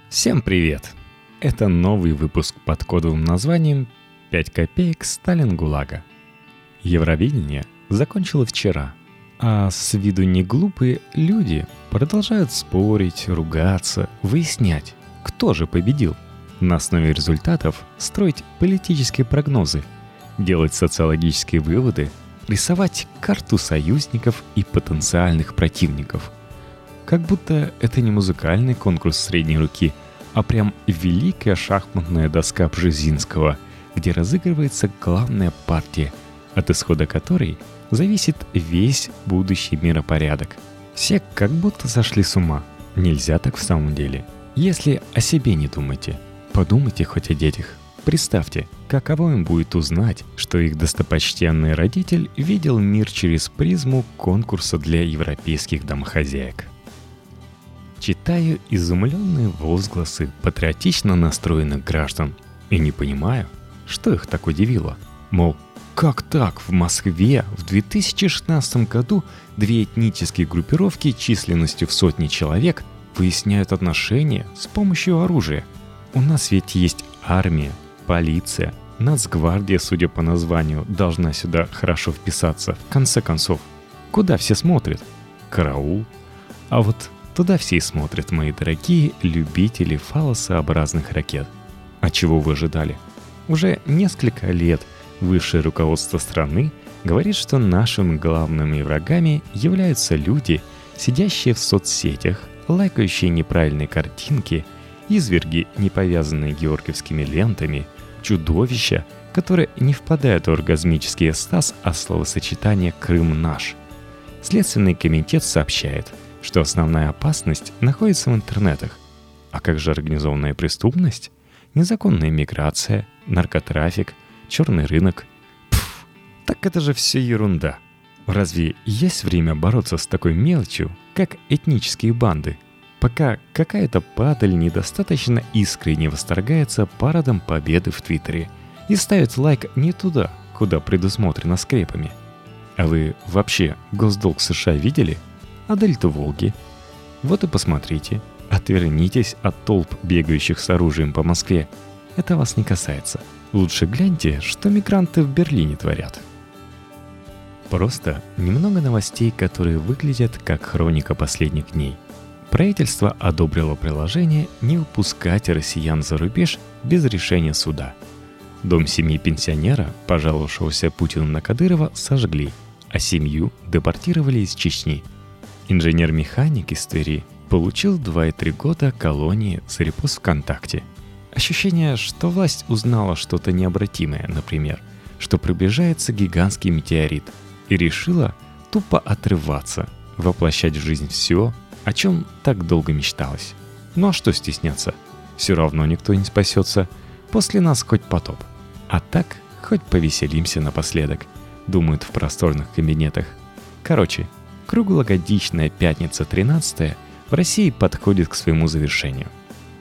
Всем привет! Это новый выпуск под кодовым названием «5 копеек Сталин ГУЛАГа». Евровидение закончило вчера, а с виду неглупые люди продолжают спорить, ругаться, выяснять, кто же победил. На основе результатов строить политические прогнозы, делать социологические выводы, рисовать карту союзников и потенциальных противников. Как будто это не музыкальный конкурс средней руки, а прям великая шахматная доска Бжезинского, где разыгрывается главная партия, от исхода которой зависит весь будущий миропорядок. Все как будто сошли с ума. Нельзя так в самом деле. Если о себе не думаете, подумайте хоть о детях. Представьте, каково им будет узнать, что их достопочтенный родитель видел мир через призму конкурса для европейских домохозяек. Читаю изумленные возгласы патриотично настроенных граждан и не понимаю, что их так удивило. Мол, как так в Москве в 2016 году две этнические группировки численностью в сотни человек выясняют отношения с помощью оружия? У нас ведь есть армия, полиция, Нацгвардия, судя по названию, должна сюда хорошо вписаться. В конце концов, куда все смотрят? Караул. А вот туда все и смотрят, мои дорогие любители фаллосообразных ракет. А чего вы ожидали? Уже несколько лет высшее руководство страны говорит, что нашими главными врагами являются люди, сидящие в соцсетях, лайкающие неправильные картинки, изверги, не повязанные георгиевскими лентами, чудовища, которые не впадают в оргазмический экстаз от словосочетания «Крым наш». Следственный комитет сообщает, что основная опасность находится в интернетах. А как же организованная преступность? Незаконная миграция, наркотрафик, черный рынок? Пф, так это же все ерунда. Разве есть время бороться с такой мелочью, как этнические банды? Пока какая-то падаль недостаточно искренне восторгается парадом победы в Твиттере и ставит лайк не туда, куда предусмотрено скрепами. А вы вообще госдолг США видели? А дельту Волги? Вот и посмотрите. Отвернитесь от толп, бегающих с оружием по Москве. Это вас не касается. Лучше гляньте, что мигранты в Берлине творят. Просто немного новостей, которые выглядят как хроника последних дней. Правительство одобрило приложение «Не выпускать россиян за рубеж без решения суда». Дом семьи пенсионера, пожаловавшегося Путину на Кадырова, сожгли, а семью депортировали из Чечни. Инженер-механик из Твери получил 2,3 года колонии за репост ВКонтакте. Ощущение, что власть узнала что-то необратимое, например, что приближается гигантский метеорит, и решила тупо отрываться, воплощать в жизнь все, о чем так долго мечталось. Ну а что стесняться? Все равно никто не спасется. После нас хоть потоп. А так хоть повеселимся напоследок, думают в просторных кабинетах. Короче, круглогодичная пятница 13 в России подходит к своему завершению.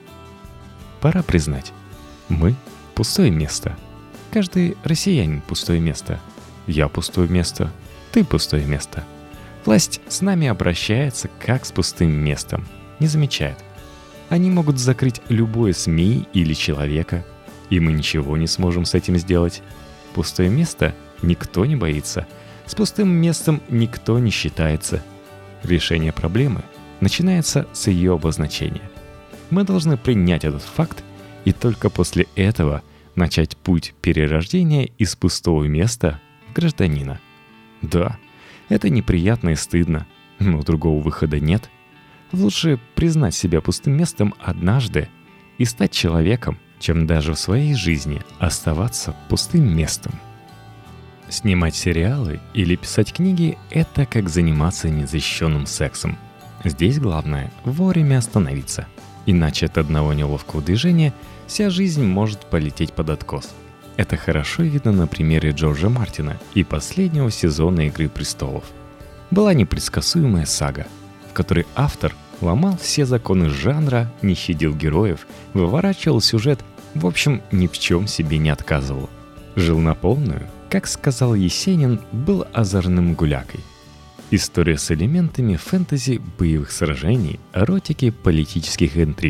Пора признать, мы – пустое место. Каждый россиянин – пустое место. Я – пустое место. Ты – пустое место. Власть с нами обращается как с пустым местом, не замечает. Они могут закрыть любое СМИ или человека, и мы ничего не сможем с этим сделать. Пустое место никто не боится. С пустым местом никто не считается. Решение проблемы начинается с ее обозначения. Мы должны принять этот факт и только после этого начать путь перерождения из пустого места в гражданина. Да, это неприятно и стыдно, но другого выхода нет. Лучше признать себя пустым местом однажды и стать человеком, чем даже в своей жизни оставаться пустым местом. Снимать сериалы или писать книги – это как заниматься незащищенным сексом. Здесь главное – вовремя остановиться. Иначе от одного неловкого движения вся жизнь может полететь под откос. Это хорошо видно на примере Джорджа Мартина и последнего сезона «Игры престолов». Была непредсказуемая сага, в которой автор ломал все законы жанра, не щадил героев, выворачивал сюжет, в общем, ни в чем себе не отказывал. Жил на полную, как сказал Есенин, был озорным гулякой. История с элементами фэнтези, боевых сражений, эротики, политических интриг.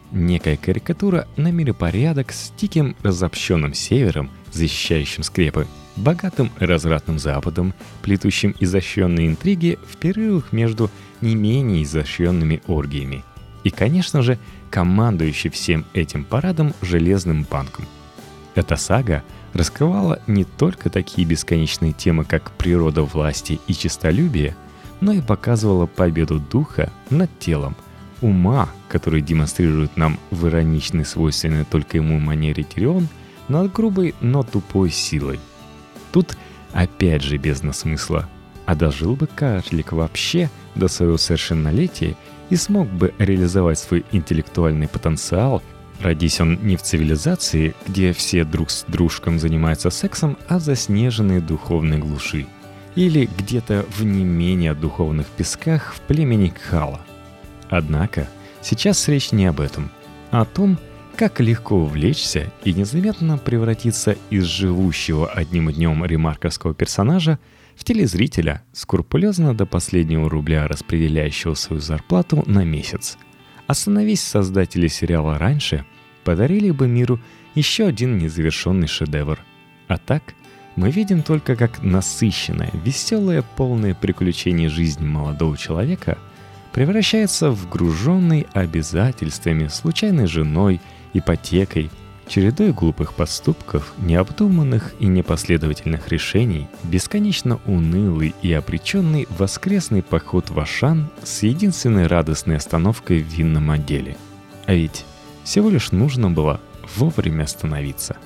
некая карикатура на миропорядок с диким разобщенным севером, защищающим скрепы, богатым развратным западом, плетущим изощренные интриги в перерывах между не менее изощренными оргиями. И, конечно же, командующий всем этим парадом железным банком. Эта сага раскрывала не только такие бесконечные темы, как природа власти и честолюбие, но и показывала победу духа над телом, ума, который демонстрирует нам в ироничной, свойственной только ему манере Тирион, над грубой, но тупой силой. Тут опять же бездна смысла. А дожил бы карлик вообще до своего совершеннолетия и смог бы реализовать свой интеллектуальный потенциал, родись он не в цивилизации, где все друг с дружком занимаются сексом, а в заснеженной духовной глуши, или где-то в не менее духовных песках в племени Кхала. Однако сейчас речь не об этом, а о том, как легко увлечься и незаметно превратиться из живущего одним днем ремарковского персонажа в телезрителя, скрупулезно до последнего рубля распределяющего свою зарплату на месяц. Остановись создатели сериала раньше, подарили бы миру еще один незавершенный шедевр. А так мы видим только, как насыщенная, веселая, полная приключений жизнь молодого человека превращается в груженный обязательствами, случайной женой, ипотекой, чередой глупых поступков, необдуманных и непоследовательных решений, бесконечно унылый и обреченный воскресный поход в Ашан с единственной радостной остановкой в винном отделе. А ведь всего лишь нужно было вовремя остановиться.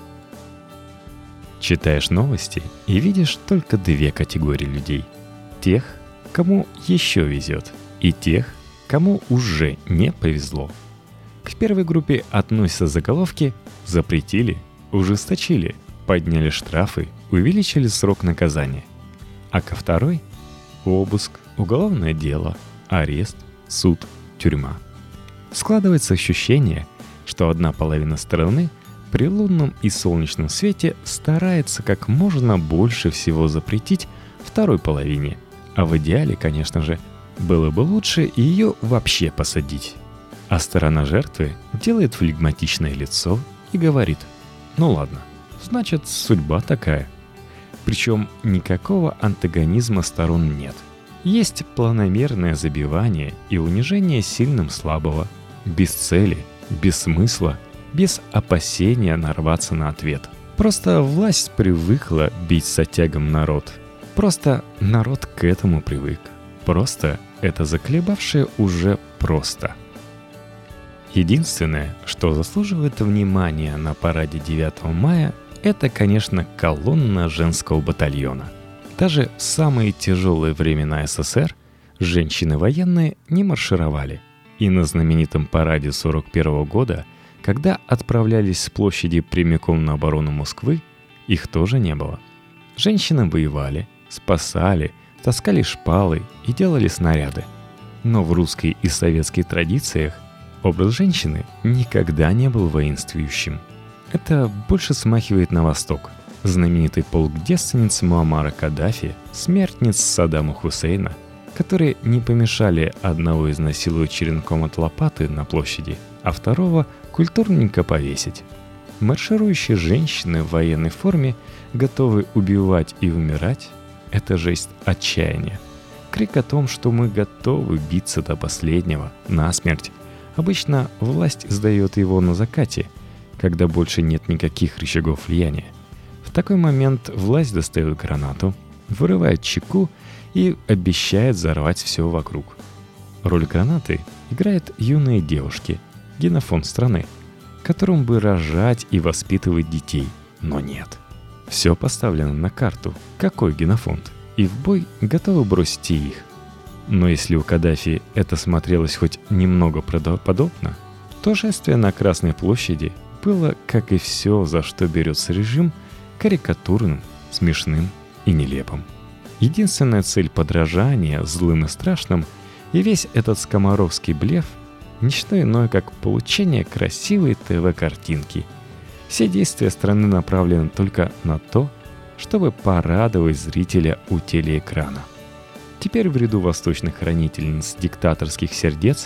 Читаешь новости и видишь только две категории людей. Тех, кому еще везет, и тех, кому уже не повезло. К первой группе относятся заголовки «Запретили», «Ужесточили», «Подняли штрафы», «Увеличили срок наказания». А ко второй – обыск, уголовное дело, арест, суд, тюрьма. Складывается ощущение, что одна половина страны при лунном и солнечном свете старается как можно больше всего запретить второй половине, а в идеале, конечно же, было бы лучше ее вообще посадить. А сторона жертвы делает флегматичное лицо и говорит: «Ну ладно, значит, судьба такая». Причем никакого антагонизма сторон нет. Есть планомерное забивание и унижение сильным слабого, без цели, без смысла, без опасения нарваться на ответ. Просто власть привыкла бить с оттягом народ. Просто народ к этому привык. Просто это заколебавшее уже просто. Единственное, что заслуживает внимания на параде 9 мая, это, конечно, колонна женского батальона. Даже в самые тяжелые времена СССР женщины военные не маршировали. И на знаменитом параде 1941 года, когда отправлялись с площади прямиком на оборону Москвы, их тоже не было. Женщины воевали, спасали, таскали шпалы и делали снаряды. Но в русской и советской традициях образ женщины никогда не был воинствующим. Это больше смахивает на Восток. Знаменитый полк девственниц Муаммара Каддафи, смертниц Саддама Хусейна, которые не помешали одного изнасиловать черенком от лопаты на площади, а второго культурненько повесить. Марширующие женщины в военной форме, готовые убивать и умирать, это жесть отчаяния. Крик о том, что мы готовы биться до последнего, насмерть. Обычно власть издает его на закате, когда больше нет никаких рычагов влияния. В такой момент власть достает гранату, вырывает чеку и обещает взорвать все вокруг. Роль гранаты играют юные девушки, генофонд страны, которым бы рожать и воспитывать детей, но нет. Все поставлено на карту, какой генофонд, и в бой готовы бросить и их. Но если у Каддафи это смотрелось хоть немного правдоподобно, то шествие на Красной площади было, как и все, за что берется режим, карикатурным, смешным и нелепым. Единственная цель подражания злым и страшным и весь этот скоморовский блеф – ничто иное, как получение красивой ТВ-картинки. Все действия страны направлены только на то, чтобы порадовать зрителя у телеэкрана. Теперь в ряду восточных хранительниц диктаторских сердец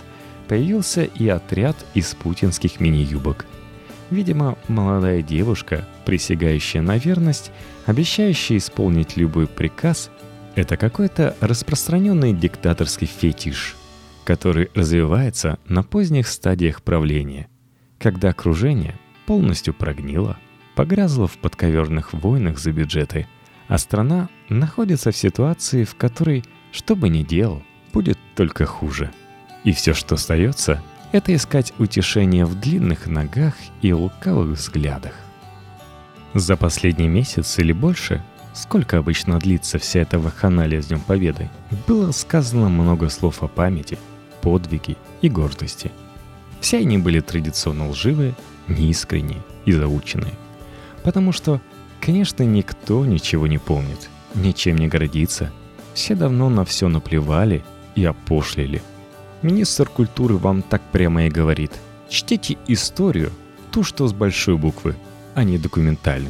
появился и отряд из путинских мини-юбок. Видимо, молодая девушка, присягающая на верность, обещающая исполнить любой приказ, это какой-то распространенный диктаторский фетиш, который развивается на поздних стадиях правления, когда окружение полностью прогнило, погрязло в подковерных войнах за бюджеты, а страна находится в ситуации, в которой, что бы ни делал, будет только хуже. И все, что остается, это искать утешение в длинных ногах и лукавых взглядах. За последний месяц или больше, сколько обычно длится вся эта вакханалия с Днем Победы, было сказано много слов о памяти, подвиге и гордости. Все они были традиционно лживые, неискренние и заученные. Потому что, конечно, никто ничего не помнит, ничем не гордится. Все давно на все наплевали и опошлили. Министр культуры вам так прямо и говорит: чтите историю, ту, что с большой буквы, а не документальную.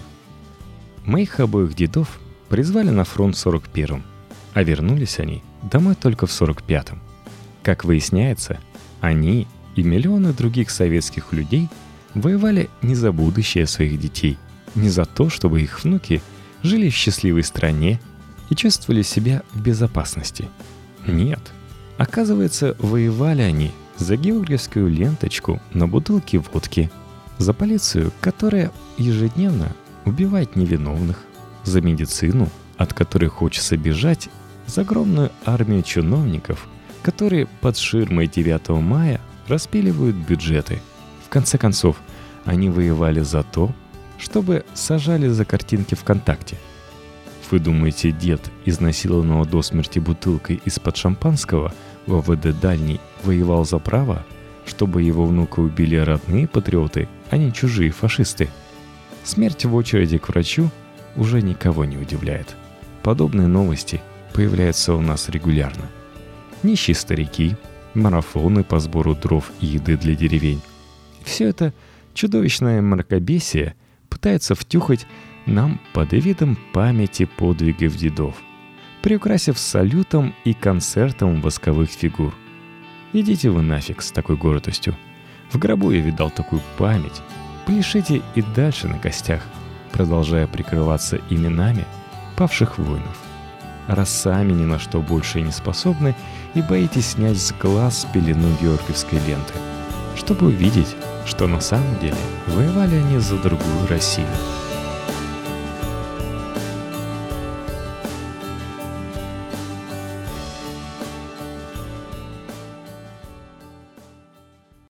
Моих обоих дедов призвали на фронт в 41-м, а вернулись они домой только в 45-м. Как выясняется, они и миллионы других советских людей воевали не за будущее своих детей, не за то, чтобы их внуки жили в счастливой стране и чувствовали себя в безопасности. Нет. Оказывается, воевали они за георгиевскую ленточку на бутылке водки, за полицию, которая ежедневно убивает невиновных, за медицину, от которой хочется бежать, за огромную армию чиновников, которые под ширмой 9 мая распиливают бюджеты. В конце концов, они воевали за то, чтобы сажали за картинки ВКонтакте. Вы думаете, дед, изнасилованного до смерти бутылкой из-под шампанского в ОВД Дальний, воевал за право, чтобы его внука убили родные патриоты, а не чужие фашисты? Смерть в очереди к врачу уже никого не удивляет. Подобные новости появляются у нас регулярно. Нищие старики, марафоны по сбору дров и еды для деревень. Все это чудовищное мракобесие пытается втюхать нам под видом памяти подвигов дедов, приукрасив салютом и концертом восковых фигур. Идите вы нафиг с такой гордостью. В гробу я видал такую память. Пляшите и дальше на костях, продолжая прикрываться именами павших воинов. Раз сами ни на что больше не способны и боитесь снять с глаз пелену георгиевской ленты, чтобы увидеть, что на самом деле воевали они за другую Россию.